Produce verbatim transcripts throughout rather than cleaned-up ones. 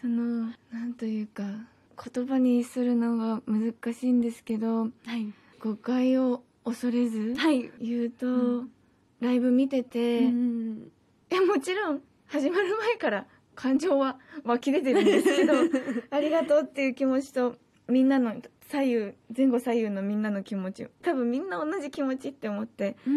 そのなんというか言葉にするのが難しいんですけど、 はい、 誤解を恐れず言うと、はい、うん、ライブ見てて、うん、えもちろん始まる前から感情は湧き出てるんですけどありがとうっていう気持ちと、みんなの左右前後左右のみんなの気持ち、多分みんな同じ気持ちって思って、うん、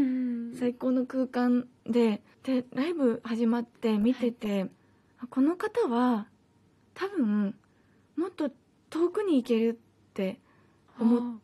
最高の空間ででライブ始まって見てて、はい、この方は多分もっと遠くに行けるって思って、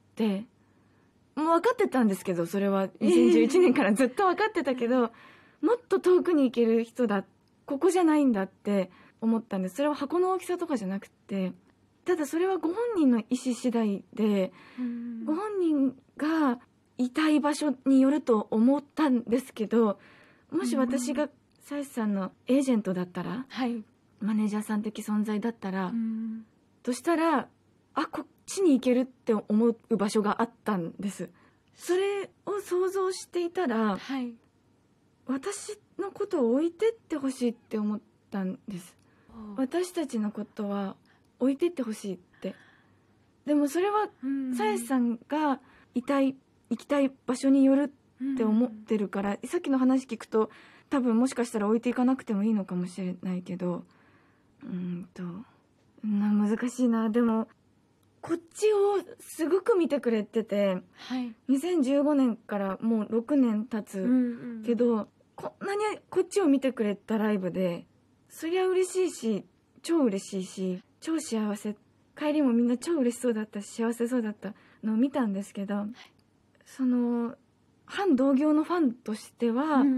もう分かってたんですけど、それはにせんじゅういちねんからずっと分かってたけど、えー、もっと遠くに行ける人だ、ここじゃないんだって思ったんです。それは箱の大きさとかじゃなくて、ただそれはご本人の意思次第で、うん、ご本人がいたい場所によると思ったんですけど、もし私がさやしさんのエージェントだったら、はい、マネージャーさん的存在だったら、うん、としたら、あ、こっちに行けるって思う場所があったんです。それを想像していたら、はい、私のことを置いてってほしいって思ったんです。私たちのことは置いてってほしいって。でもそれはさやしさんがいたい行きたい場所によるって思ってるから、さっきの話聞くと多分もしかしたら置いていかなくてもいいのかもしれないけど、うんとな難しいな。でもこっちをすごく見てくれてて、はい、にせんじゅうごねんからもうろくねん経つけど、うんうん、こんなにこっちを見てくれたライブで、そりゃ嬉しいし超嬉しいし超幸せ、帰りもみんな超嬉しそうだったし幸せそうだったのを見たんですけど、はい、その反同業のファンとしては、うん、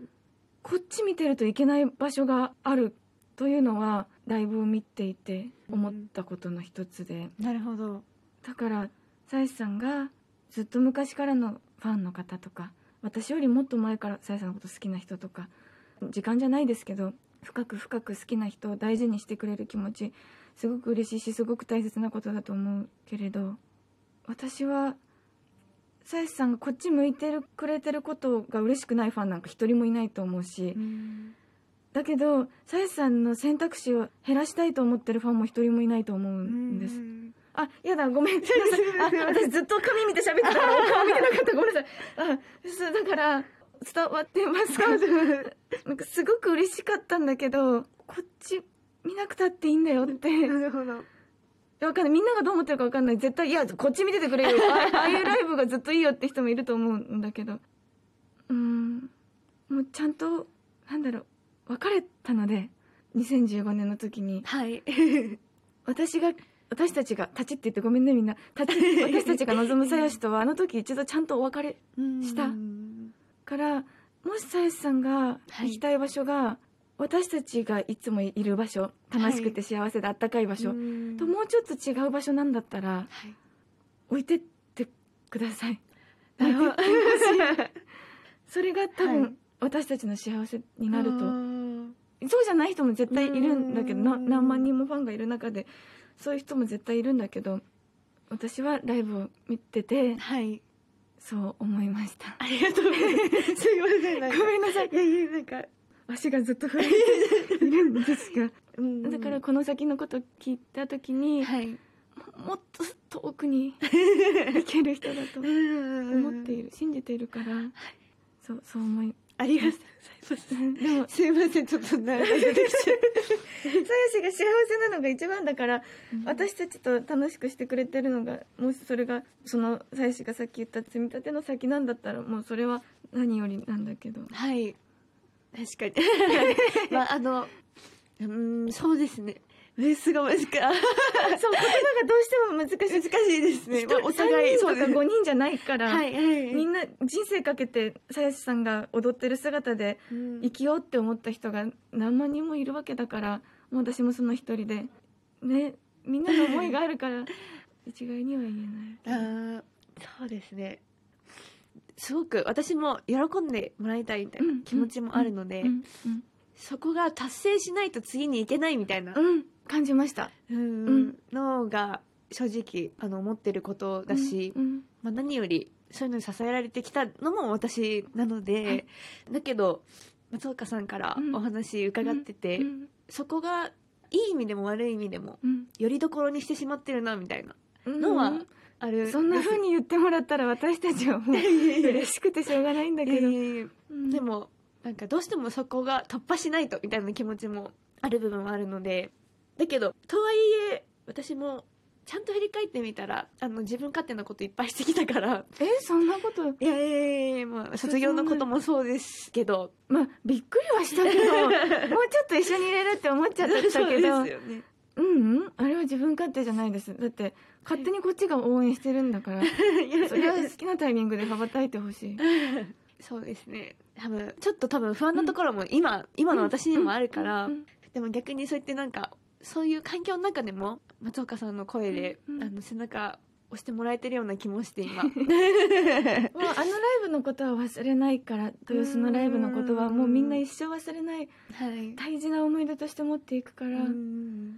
こっち見てるといけない場所があるというのはライブを見ていて思ったことの一つで、 うん、なるほど。 だからさやしさんがずっと昔からのファンの方とか、私よりもっと前からさやさんのこと好きな人とか、時間じゃないですけど深く深く好きな人を大事にしてくれる気持ちすごく嬉しいし、すごく大切なことだと思うけれど、私はさやしさんがこっち向いてるくれてることが嬉しくないファンなんか一人もいないと思うし、うん、だけどさやしさんの選択肢を減らしたいと思ってるファンも一人もいないと思うんです。うん、あ、やだ、ごめんなさい。あ、私ずっと髪見て喋ってたからお顔見てなかった。ごめんなさい。あ、そうだから伝わってますか？なんかすごく嬉しかったんだけど、こっち見なくたっていいんだよって。なるほど。わかんない。みんながどう思ってるかわかんない。絶対、いや、こっち見ててくれよ。ああいうライブがずっといいよって人もいると思うんだけど。うーん。もうちゃんと、なんだろう、別れたので、にせんじゅうごねんの時に。はい。私が、私たちが、立ちって言ってごめんねみんな。立ち、私たちが望むさやしとは、あの時一度ちゃんとお別れしたから、もしさやしさんが行きたい場所が、はい、私たちがいつもいる場所、楽しくて幸せであったかい場所、はい、ともうちょっと違う場所なんだったら、はい、置いてってください。置いてってほしい。それが多分、はい、私たちの幸せになると。そうじゃない人も絶対いるんだけど、何万人もファンがいる中でそういう人も絶対いるんだけど、私はライブを見てて、はい、そう思いました。 ありがとうございます。すいません。 ごめんなさい。いやいや、なんか足がずっと震えているんですが、だからこの先のことを聞いた時に、はい、もっと遠くに行ける人だと思っている、信じているから、はい、そうそう思い。 ありがとうございます。でもすいません、ちょっと長くできちゃう。さやしが幸せなのが一番だから、うん、私たちと楽しくしてくれてるのが、もしそれがそのさやしがさっき言った積み立ての先なんだったら、もうそれは何よりなんだけど。 はい、確かに。まああのうんそうですね。ベースが難しい。そう、言葉がどうしても難しい。 難しいですね。 お互い、そうかごにんじゃないから、はいはい、みんな人生かけて、さやしさんが踊ってる姿で生きようって思った人が何万人もいるわけだから、もう私もその一人で、ね、みんなの思いがあるから、一概には言えない。 あそうですね。すごく私も喜んでもらいたいみたいな気持ちもあるので、そこが達成しないと次に行けないみたいな。 うん感じました。 うん、のが正直あの思ってることだし、うんうんまあ、何よりそういうのに支えられてきたのも私なので、はい、だけど松岡さんからお話伺ってて、うんうん、そこがいい意味でも悪い意味でも、 うん、 よりどころにしてしまってるなみたいなのはある、 うん、そんな風に言ってもらったら私たちはもう嬉しくてしょうがないんだけど、 うん、でもなんかどうしてもそこが突破しないとみたいな気持ちもある部分はあるので、だけどとはいえ私もちゃんと振り返ってみたらあの自分勝手なこといっぱいしてきたから。 えそんなこと？ いやいやいや、まあ、卒業のこともそうですけど、 まあびっくりはしたけどもうちょっと一緒にいれるって思っちゃったけどそうですよね。 うんうん、あれは自分勝手じゃないです。だって勝手にこっちが応援してるんだからそれは好きなタイミングで羽ばたいてほしいそうですね。多分ちょっと多分不安なところも今、うん、今の私にもあるから、うんうんうん、でも逆にそうやってなんかそういう環境の中でも松岡さんの声で、うんうん、あの背中押してもらえてるような気もして今もうあのライブのことは忘れないから、豊洲のライブのことはもうみんな一生忘れない、はい、大事な思い出として持っていくから、うん、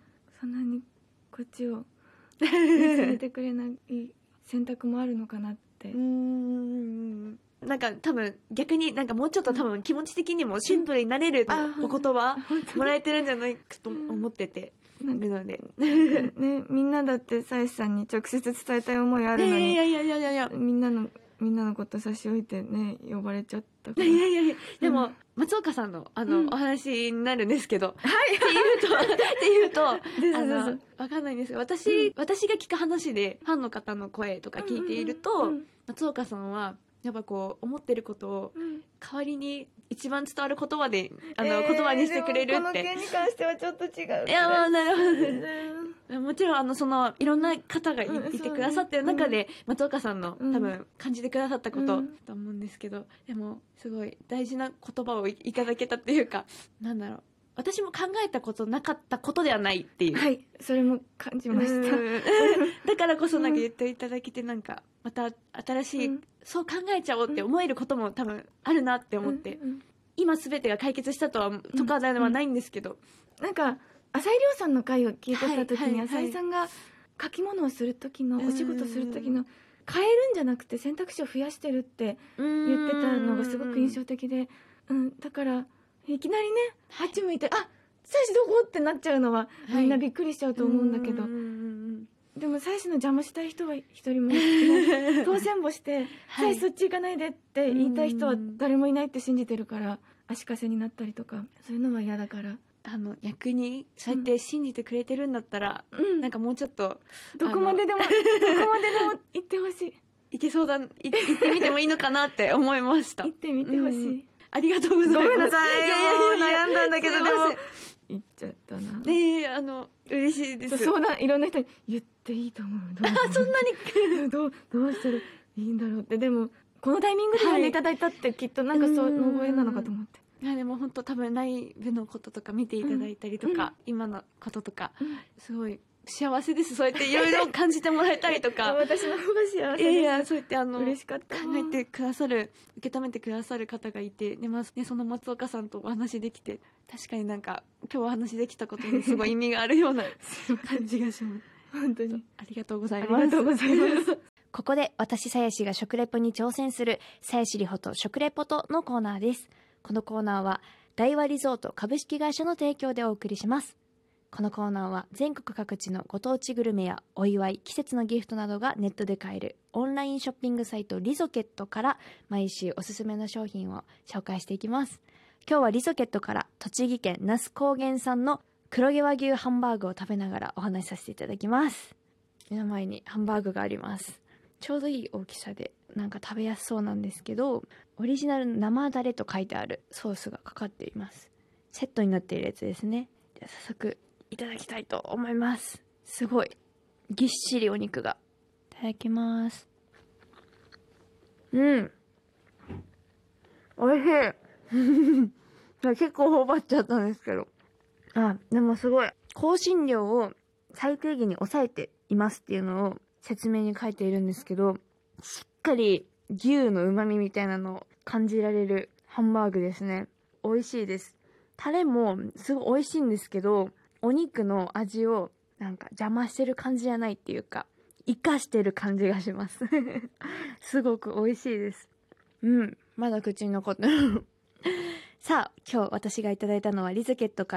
そんなにこっちを見つめてくれない選択もあるのかなって。うーん、なんか多分逆になんかもうちょっと多分気持ち的にもシンプルになれるお言葉もらえてるんじゃないかと思っててるのでね、みんなだってさやしさんに直接伝えたい思いあるのに、 いやいやいやいやいやみんなのみんなのこと差し置いてね呼ばれちゃったから。 いやいやいやでも、うん、松岡さんのあの、うん、お話になるんですけど、はいっていうとっていうとあのわかんないんですが、私、うん、私が聞く話でファンの方の声とか聞いていると、うんうんうん、松岡さんはやっぱこう思ってることを代わりに一番伝わる言葉であの、えー、言葉にしてくれるって。この件に関してはちょっと違う。 いやまあなるほどもちろんあのそのいろんな方が い,、うん、いてくださってる中で、うん、松岡さんの、うん、多分感じてくださったこと、うん、と思うんですけど、でもすごい大事な言葉を い, いただけたっていうか、なんだろう、私も考えたことなかったことではないっていう。 はい、それも感じましただからこそなんか言っていただけて、なんかまた新しい、うん、そう考えちゃおうって思えることも多分あるなって思って、うんうん、今全てが解決したとはとかではないんですけど、 うん、なんか浅井亮さんの回を聞いてた時に、はいはいはい、浅井さんが書き物をする時のお仕事する時の変えるんじゃなくて選択肢を増やしてるって言ってたのがすごく印象的で、うん、だからいきなりねあっち向いて、はい、あ妻子どこってなっちゃうのは、はい、みんなびっくりしちゃうと思うんだけど、でも妻子の邪魔したい人は一人もいない当選簿して妻子そっち行かないでって言いたい人は誰もいないって信じてるから足かせになったりとかそういうのは嫌だから、 あの逆にそうやって信じてくれてるんだったら、うん、なんかもうちょっとどこまででもどこまででも行ってほしい行けそうだ、行ってみてもいいのかなって思いました行ってみてほしい、うん、 ありがとうございます。 ごめんなさい。いやいやいや悩んだんだけどでも言っちゃったな。 ねえ、あの嬉しいです。 そうだ、いろんな人に言っていいと思う。どうあそんなにどうどうしたらいいんだろうって、でもこのタイミングで呼んでいただいたって、はい、きっとなんかそうのご縁なのかと思って。 いやでも本当多分ライブのこととか見ていただいたりとか、うん、今のこととか、うん、すごい幸せです。そうやっていろいろ感じてもらえたりとか私の方が幸せです。 いやそうやってあの嬉しかった。 考えてくださる、受け止めてくださる方がいて、で、まあね、その松岡さんとお話できて、確かになんか今日お話できたことにすごい意味があるような感じがします本当にありがとうございます。 ありがとうございますここで私さやしが食レポに挑戦するさやしりほと食レポとのコーナーです。このコーナーは大和リゾート株式会社の提供でお送りします。このコーナーは全国各地のご当地グルメやお祝い、季節のギフトなどがネットで買えるオンラインショッピングサイトリゾケットから毎週おすすめの商品を紹介していきます。今日はリゾケットから栃木県那須高原産の黒毛和牛ハンバーグを食べながらお話しさせていただきます。目の前にハンバーグがあります。ちょうどいい大きさでなんか食べやすそうなんですけど、オリジナルの生ダレと書いてあるソースがかかっています。セットになっているやつですね。では早速いただきたいと思います。すごいぎっしりお肉が。いただきます。うん、おいしい結構頬張っちゃったんですけど、あ、でもすごい香辛料を最低限に抑えていますっていうのを説明に書いているんですけど、しっかり牛の旨味みたいなのを感じられるハンバーグですね。美味しいです。タレもすごい美味しいんですけど、お肉の味をなんか邪魔してる感じじゃないっていうか、生かしてる感じがしますすごく美味しいです。うん、まだ口に残ってるさあ今日私がいただいたのはリゾケットから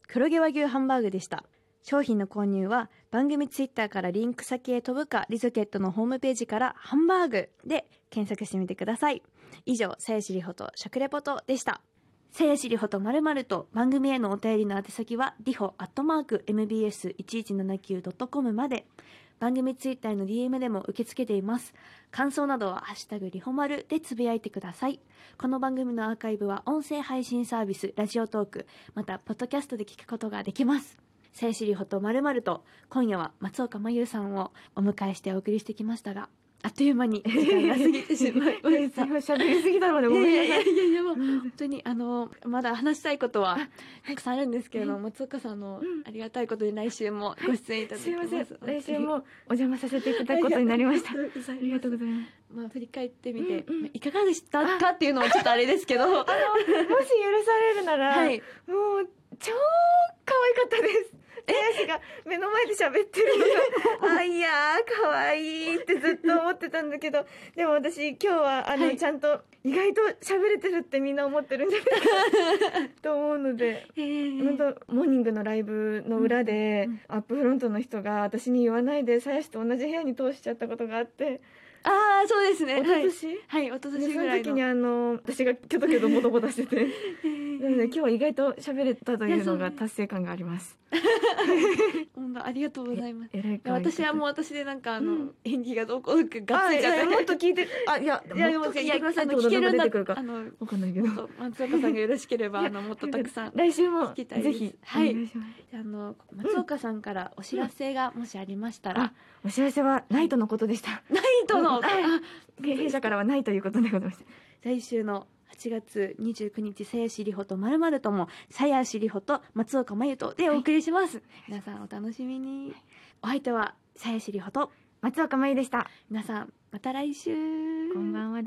黒毛和牛ハンバーグでした。商品の購入は番組ツイッターからリンク先へ飛ぶか、リゾケットのホームページからハンバーグで検索してみてください。以上、さやしりほと食レポとでした。さやしりほと〇〇と番組へのお便りの宛先は ディホ アットマーク エムビーエスいちいちななきゅう ドットコム まで。番組ツイッターの ディーエム でも受け付けています。感想などはハッシュタグリホマルでつぶやいてください。この番組のアーカイブは音声配信サービスラジオトーク、またポッドキャストで聞くことができます。さやしりほと〇〇と、今夜は松岡真優さんをお迎えしてお送りしてきましたが、あっという間に時間が過ぎてしまいました。 喋りすぎたのでごめんなさい。 いやいやいやいや、もう本当にあのまだ話したいことはたくさんあるんですけれども、松岡さんのありがたいことで来週もご出演いただきます。 すいません、来週もお邪魔させていただくことになりました。ありがとうございます。 まあ振り返ってみて、 うんうん、 いかがでしたかっていうのはちょっとあれですけど、あのもし許されるなら、はい、もう超可愛かったです。林が目の前で喋ってるのがあ、いやー可愛いってずっと思ってたんだけど、でも私今日はあの、はい、ちゃんと意外と喋れてるってみんな思ってるんじゃないかと思うので、本当モーニングのライブの裏で、うんうん、アップフロントの人が私に言わないでさやしと同じ部屋に通しちゃったことがあって。 ああ、そうですね。 おととし、 はい、はい、おととしぐらいの。 その時にあの私がキョトキョトボタボタしてて、なので今日は意外と喋れたというのが達成感があります。 本当ありがとうございます。 えらい私はもう私でなんかあの、うん、演技がどうこうかガッツリちゃって、 もっと聞いて、あ、いや、いやでも聞いてくださいってことが出てくるかあのわかんないけど、 松岡さんがよろしければあのもっとたくさん来週もぜひ、 はい、あの松岡さんからお知らせがもしありましたら、 お知らせはナイトのことでした。 ナイトの弊社からはないということでございました。 来週のはちがつにじゅうくにち、さやしりほと〇〇とも、さやしりほと松岡真優とでお送りします、はい、皆さんお楽しみに。お相手はさやしりほと松岡真優でした。 皆さんまた来週。 こんばんは。